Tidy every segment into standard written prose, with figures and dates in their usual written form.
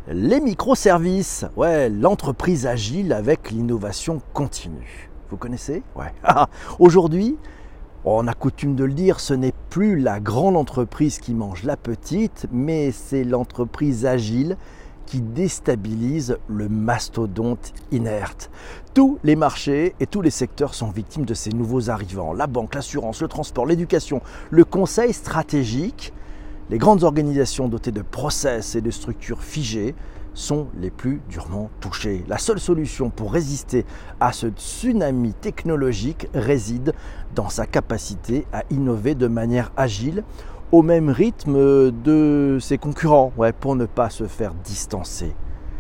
Les microservices, ouais, l'entreprise agile avec l'innovation continue. Vous connaissez? Ouais. Aujourd'hui, on a coutume de le dire, ce n'est plus la grande entreprise qui mange la petite, mais c'est l'entreprise agile qui déstabilise le mastodonte inerte. Tous les marchés et tous les secteurs sont victimes de ces nouveaux arrivants. La banque, l'assurance, le transport, l'éducation, le conseil stratégique. Les grandes organisations dotées de process et de structures figées sont les plus durement touchées. La seule solution pour résister à ce tsunami technologique réside dans sa capacité à innover de manière agile au même rythme de ses concurrents, pour ne pas se faire distancer.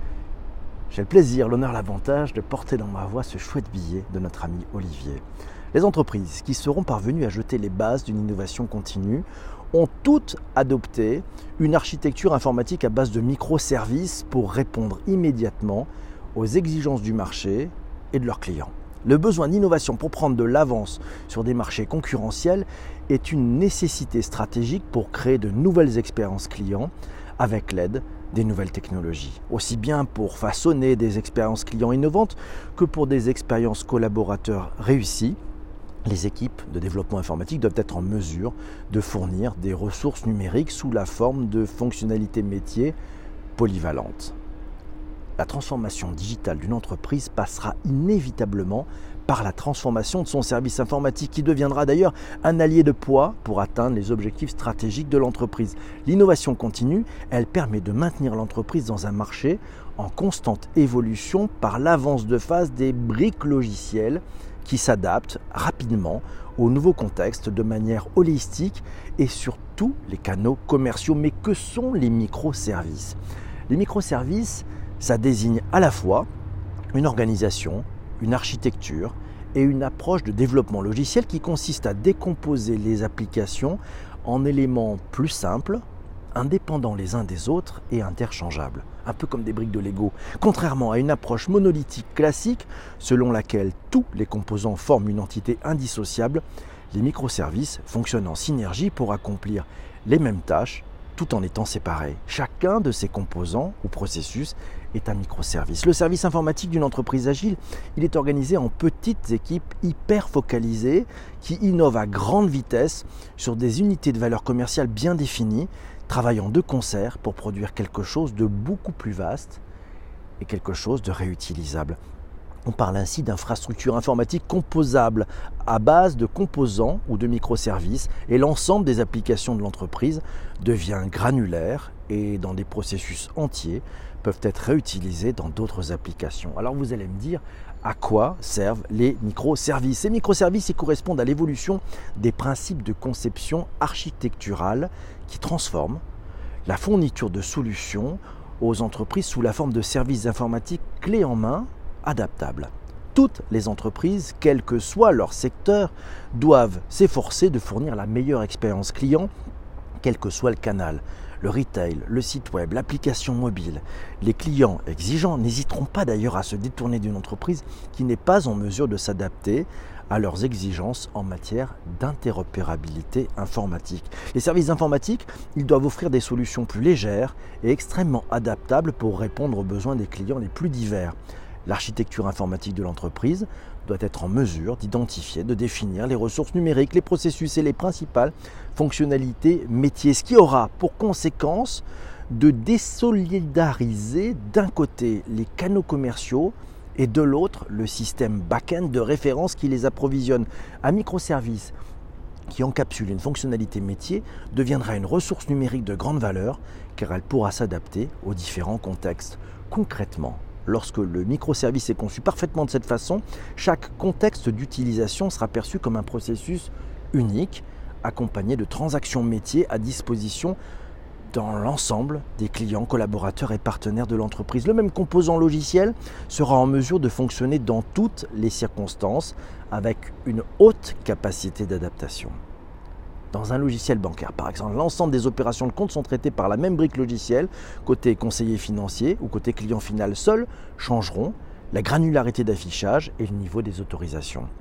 J'ai le plaisir, l'honneur, l'avantage de porter dans ma voix ce chouette billet de notre ami Olivier. Les entreprises qui seront parvenues à jeter les bases d'une innovation continue ont toutes adopté une architecture informatique à base de microservices pour répondre immédiatement aux exigences du marché et de leurs clients. Le besoin d'innovation pour prendre de l'avance sur des marchés concurrentiels est une nécessité stratégique pour créer de nouvelles expériences clients avec l'aide des nouvelles technologies. Aussi bien pour façonner des expériences clients innovantes que pour des expériences collaborateurs réussies. Les équipes de développement informatique doivent être en mesure de fournir des ressources numériques sous la forme de fonctionnalités métiers polyvalentes. La transformation digitale d'une entreprise passera inévitablement par la transformation de son service informatique qui deviendra d'ailleurs un allié de poids pour atteindre les objectifs stratégiques de l'entreprise. L'innovation continue, elle permet de maintenir l'entreprise dans un marché en constante évolution par l'avance de phase des briques logicielles qui s'adaptent rapidement au nouveau contexte de manière holistique et sur tous les canaux commerciaux. Mais que sont les microservices? Les microservices, ça désigne à la fois une organisation, une architecture et une approche de développement logiciel qui consiste à décomposer les applications en éléments plus simples, indépendants les uns des autres et interchangeables, un peu comme des briques de Lego, contrairement à une approche monolithique classique selon laquelle tous les composants forment une entité indissociable. Les microservices fonctionnent en synergie pour accomplir les mêmes tâches tout en étant séparés. Chacun de ces composants ou processus est un microservice. Le service informatique d'une entreprise agile, il est organisé en petites équipes hyper focalisées qui innovent à grande vitesse sur des unités de valeur commerciale bien définies, travaillant de concert pour produire quelque chose de beaucoup plus vaste et quelque chose de réutilisable. On parle ainsi d'infrastructures informatiques composables à base de composants ou de microservices et l'ensemble des applications de l'entreprise devient granulaire et dans des processus entiers peuvent être réutilisés dans d'autres applications. Alors vous allez me dire à quoi servent les microservices? Ces microservices correspondent à l'évolution des principes de conception architecturale qui transforment la fourniture de solutions aux entreprises sous la forme de services informatiques clés en main adaptables. Toutes les entreprises, quel que soit leur secteur, doivent s'efforcer de fournir la meilleure expérience client, quel que soit le canal. Le retail, le site web, l'application mobile. Les clients exigeants n'hésiteront pas d'ailleurs à se détourner d'une entreprise qui n'est pas en mesure de s'adapter à leurs exigences en matière d'interopérabilité informatique. Les services informatiques, ils doivent offrir des solutions plus légères et extrêmement adaptables pour répondre aux besoins des clients les plus divers. L'architecture informatique de l'entreprise doit être en mesure d'identifier, de définir les ressources numériques, les processus et les principales fonctionnalités métiers, ce qui aura pour conséquence de désolidariser d'un côté les canaux commerciaux et de l'autre le système back-end de référence qui les approvisionne. Un microservice qui encapsule une fonctionnalité métier deviendra une ressource numérique de grande valeur car elle pourra s'adapter aux différents contextes. Concrètement, lorsque le microservice est conçu parfaitement de cette façon, chaque contexte d'utilisation sera perçu comme un processus unique, accompagné de transactions métiers à disposition dans l'ensemble des clients, collaborateurs et partenaires de l'entreprise. Le même composant logiciel sera en mesure de fonctionner dans toutes les circonstances avec une haute capacité d'adaptation. Dans un logiciel bancaire, par exemple, l'ensemble des opérations de compte sont traitées par la même brique logicielle. Côté conseiller financier ou côté client final, seuls changeront la granularité d'affichage et le niveau des autorisations.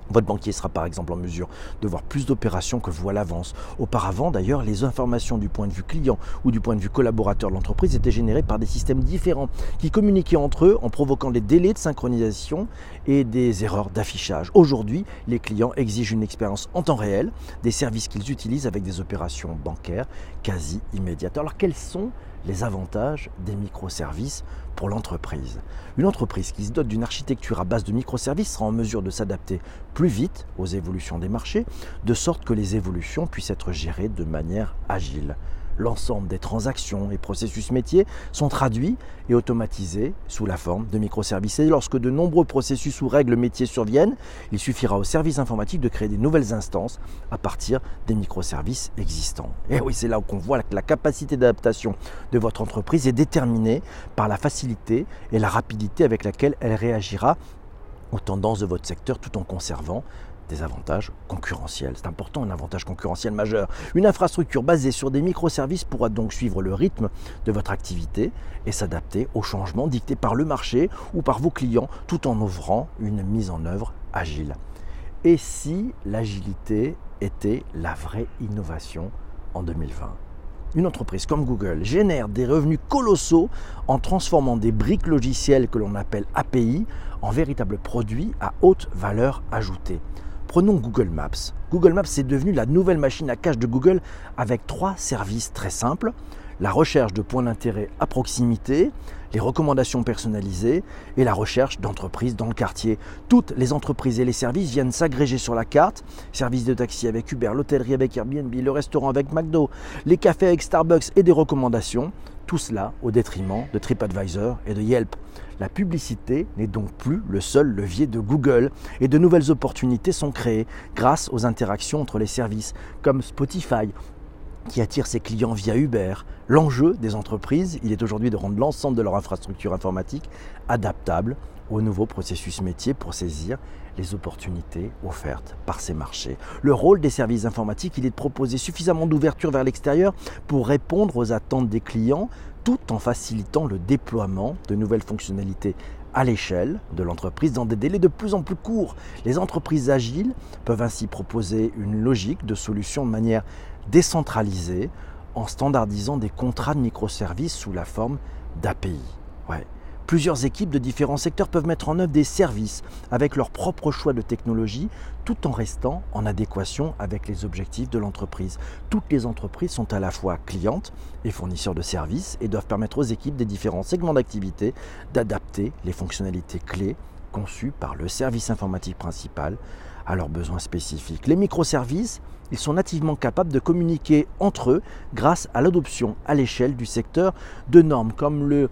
Votre banquier sera par exemple en mesure de voir plus d'opérations que vous à l'avance. Auparavant d'ailleurs, les informations du point de vue client ou du point de vue collaborateur de l'entreprise étaient générées par des systèmes différents qui communiquaient entre eux en provoquant des délais de synchronisation et des erreurs d'affichage. Aujourd'hui, les clients exigent une expérience en temps réel des services qu'ils utilisent avec des opérations bancaires quasi immédiates. Alors quels sont les avantages des microservices pour l'entreprise? Une entreprise qui se dote d'une architecture à base de microservices sera en mesure de s'adapter plus vite aux évolutions des marchés, de sorte que les évolutions puissent être gérées de manière agile. L'ensemble des transactions et processus métiers sont traduits et automatisés sous la forme de microservices. Et lorsque de nombreux processus ou règles métiers surviennent, il suffira au service informatique de créer des nouvelles instances à partir des microservices existants. Et oui, c'est là qu'on voit que la capacité d'adaptation de votre entreprise est déterminée par la facilité et la rapidité avec laquelle elle réagira aux tendances de votre secteur tout en conservant des avantages concurrentiels. C'est important, un avantage concurrentiel majeur. Une infrastructure basée sur des microservices pourra donc suivre le rythme de votre activité et s'adapter aux changements dictés par le marché ou par vos clients tout en offrant une mise en œuvre agile. Et si l'agilité était la vraie innovation en 2020 ? Une entreprise comme Google génère des revenus colossaux en transformant des briques logicielles que l'on appelle API en véritables produits à haute valeur ajoutée. Prenons Google Maps. Google Maps est devenu la nouvelle machine à cache de Google avec 3 services très simples. La recherche de points d'intérêt à proximité, les recommandations personnalisées et la recherche d'entreprises dans le quartier. Toutes les entreprises et les services viennent s'agréger sur la carte. Services de taxi avec Uber, l'hôtellerie avec Airbnb, le restaurant avec McDo, les cafés avec Starbucks et des recommandations. Tout cela au détriment de TripAdvisor et de Yelp. La publicité n'est donc plus le seul levier de Google et de nouvelles opportunités sont créées grâce aux interactions entre les services comme Spotify qui attire ses clients via Uber. L'enjeu des entreprises, il est aujourd'hui de rendre l'ensemble de leur infrastructure informatique adaptable aux nouveaux processus métiers pour saisir les opportunités offertes par ces marchés. Le rôle des services informatiques, il est de proposer suffisamment d'ouverture vers l'extérieur pour répondre aux attentes des clients tout en facilitant le déploiement de nouvelles fonctionnalités à l'échelle de l'entreprise dans des délais de plus en plus courts. Les entreprises agiles peuvent ainsi proposer une logique de solution de manière décentralisée en standardisant des contrats de microservices sous la forme d'API. Plusieurs équipes de différents secteurs peuvent mettre en œuvre des services avec leur propre choix de technologie tout en restant en adéquation avec les objectifs de l'entreprise. Toutes les entreprises sont à la fois clientes et fournisseurs de services et doivent permettre aux équipes des différents segments d'activité d'adapter les fonctionnalités clés conçues par le service informatique principal à leurs besoins spécifiques. Les microservices, ils sont nativement capables de communiquer entre eux grâce à l'adoption à l'échelle du secteur de normes comme le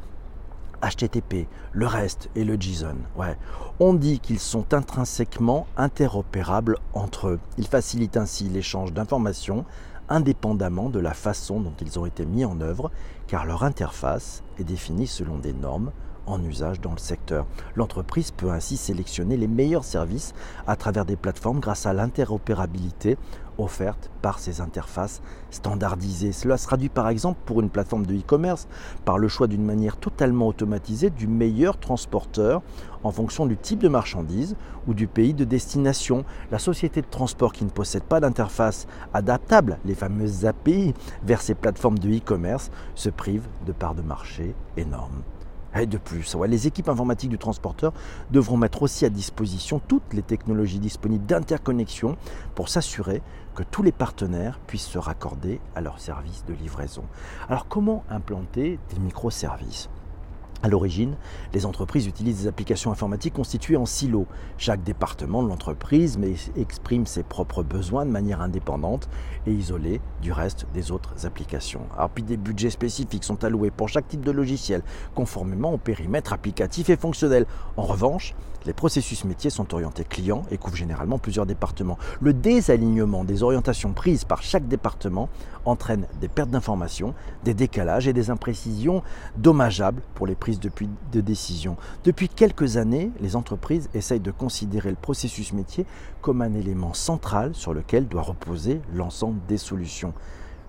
HTTP, le REST et le JSON. On dit qu'ils sont intrinsèquement interopérables entre eux. Ils facilitent ainsi l'échange d'informations indépendamment de la façon dont ils ont été mis en œuvre, car leur interface est définie selon des normes en usage dans le secteur. L'entreprise peut ainsi sélectionner les meilleurs services à travers des plateformes grâce à l'interopérabilité offerte par ces interfaces standardisées. Cela se traduit par exemple pour une plateforme de e-commerce par le choix d'une manière totalement automatisée du meilleur transporteur en fonction du type de marchandise ou du pays de destination. La société de transport qui ne possède pas d'interface adaptable, les fameuses API, vers ces plateformes de e-commerce se prive de parts de marché énormes. Et de plus, les équipes informatiques du transporteur devront mettre aussi à disposition toutes les technologies disponibles d'interconnexion pour s'assurer que tous les partenaires puissent se raccorder à leur service de livraison. Alors comment implanter des microservices ? À l'origine, les entreprises utilisent des applications informatiques constituées en silos. Chaque département de l'entreprise exprime ses propres besoins de manière indépendante et isolée du reste des autres applications. Alors puis des budgets spécifiques sont alloués pour chaque type de logiciel, conformément au périmètre applicatif et fonctionnel. En revanche, les processus métiers sont orientés clients et couvrent généralement plusieurs départements. Le désalignement des orientations prises par chaque département entraîne des pertes d'informations, des décalages et des imprécisions dommageables pour les prises de décision. Depuis quelques années, les entreprises essayent de considérer le processus métier comme un élément central sur lequel doit reposer l'ensemble des solutions.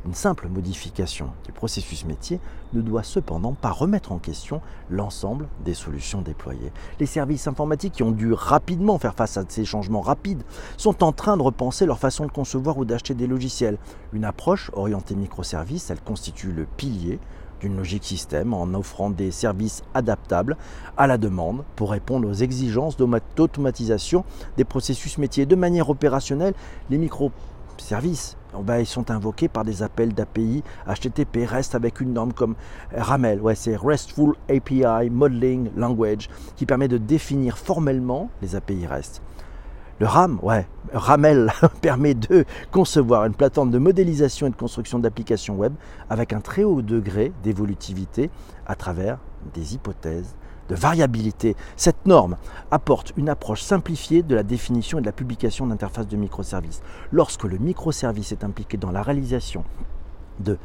Une simple modification du processus métier ne doit cependant pas remettre en question l'ensemble des solutions déployées. Les services informatiques qui ont dû rapidement faire face à ces changements rapides sont en train de repenser leur façon de concevoir ou d'acheter des logiciels. Une approche orientée microservices, elle constitue le pilier d'une logique système en offrant des services adaptables à la demande pour répondre aux exigences d'automatisation des processus métiers. De manière opérationnelle, les microservices ils sont invoqués par des appels d'API HTTP REST avec une norme comme RAML, c'est RESTful API Modeling Language, qui permet de définir formellement les API REST. Le RAML permet de concevoir une plateforme de modélisation et de construction d'applications web avec un très haut degré d'évolutivité à travers des hypothèses de variabilité. Cette norme apporte une approche simplifiée de la définition et de la publication d'interfaces de microservices. Lorsque le microservice est impliqué dans la réalisation de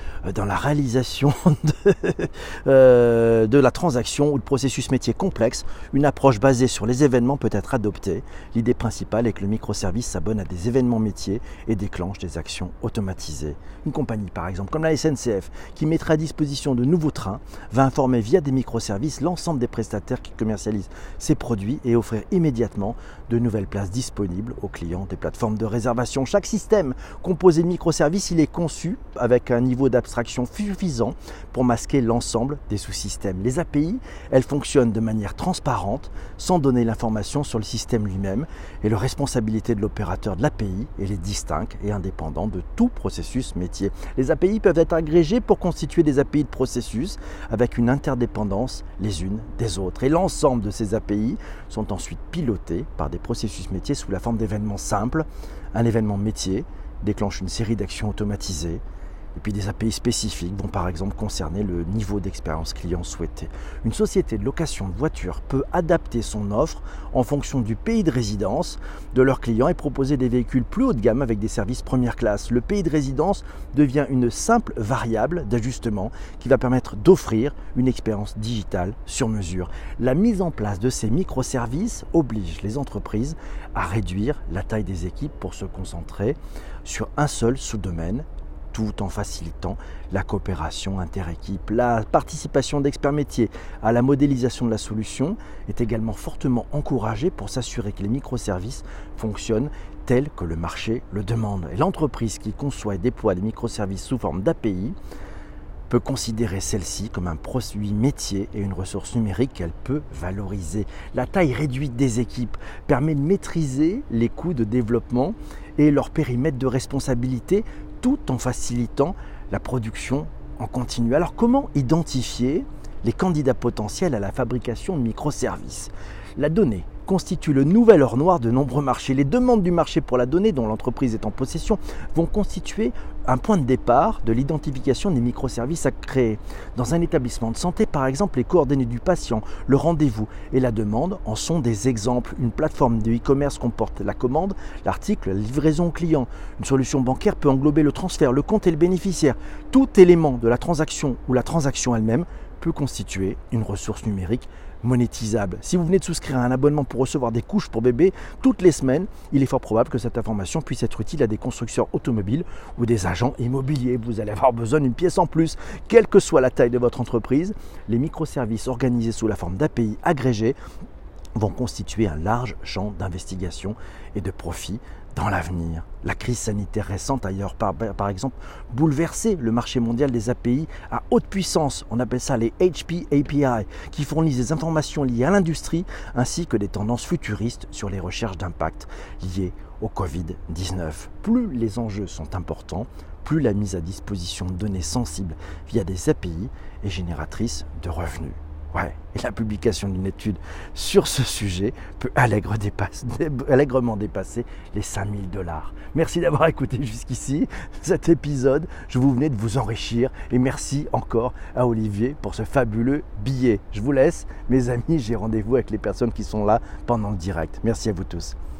la transaction ou le processus métier complexe, une approche basée sur les événements peut être adoptée. L'idée principale est que le microservice s'abonne à des événements métiers et déclenche des actions automatisées. Une compagnie par exemple comme la SNCF qui mettrait à disposition de nouveaux trains va informer via des microservices l'ensemble des prestataires qui commercialisent ces produits et offrir immédiatement de nouvelles places disponibles aux clients des plateformes de réservation. Chaque système composé de microservices, il est conçu avec un niveau d'abstraction suffisant pour masquer l'ensemble des sous-systèmes. Les API, elles fonctionnent de manière transparente, sans donner l'information sur le système lui-même, et la responsabilité de l'opérateur de l'API est distincte et indépendante de tout processus métier. Les API peuvent être agrégées pour constituer des API de processus avec une interdépendance les unes des autres. Et l'ensemble de ces API sont ensuite pilotés par des processus métiers sous la forme d'événements simples. Un événement métier déclenche une série d'actions automatisées. Et puis des API spécifiques vont par exemple concerner le niveau d'expérience client souhaité. Une société de location de voitures peut adapter son offre en fonction du pays de résidence de leurs clients et proposer des véhicules plus haut de gamme avec des services première classe. Le pays de résidence devient une simple variable d'ajustement qui va permettre d'offrir une expérience digitale sur mesure. La mise en place de ces microservices oblige les entreprises à réduire la taille des équipes pour se concentrer sur un seul sous-domaine, tout en facilitant la coopération inter-équipe. La participation d'experts métiers à la modélisation de la solution est également fortement encouragée pour s'assurer que les microservices fonctionnent tel que le marché le demande. Et l'entreprise qui conçoit et déploie des microservices sous forme d'API peut considérer celle-ci comme un produit métier et une ressource numérique qu'elle peut valoriser. La taille réduite des équipes permet de maîtriser les coûts de développement et leur périmètre de responsabilité tout en facilitant la production en continu. Alors comment identifier les candidats potentiels à la fabrication de microservices ? La donnée constitue le nouvel or noir de nombreux marchés. Les demandes du marché pour la donnée dont l'entreprise est en possession vont constituer un point de départ de l'identification des microservices à créer. Dans un établissement de santé, par exemple, les coordonnées du patient, le rendez-vous et la demande en sont des exemples. Une plateforme de e-commerce comporte la commande, l'article, la livraison au client. Une solution bancaire peut englober le transfert, le compte et le bénéficiaire. Tout élément de la transaction ou la transaction elle-même peut constituer une ressource numérique monétisable. Si vous venez de souscrire à un abonnement pour recevoir des couches pour bébé toutes les semaines, il est fort probable que cette information puisse être utile à des constructeurs automobiles ou des agents immobiliers. Vous allez avoir besoin d'une pièce en plus. Quelle que soit la taille de votre entreprise, les microservices organisés sous la forme d'API agrégés vont constituer un large champ d'investigation et de profit dans l'avenir. La crise sanitaire récente a d'ailleurs par exemple bouleversé le marché mondial des API à haute puissance. On appelle ça les HP API, qui fournissent des informations liées à l'industrie ainsi que des tendances futuristes sur les recherches d'impact liées au Covid-19. Plus les enjeux sont importants, plus la mise à disposition de données sensibles via des API est génératrice de revenus. Et la publication d'une étude sur ce sujet peut allègrement dépasser les 5 000 $. Merci d'avoir écouté jusqu'ici cet épisode. Je vous venais de vous enrichir et merci encore à Olivier pour ce fabuleux billet. Je vous laisse, mes amis, j'ai rendez-vous avec les personnes qui sont là pendant le direct. Merci à vous tous.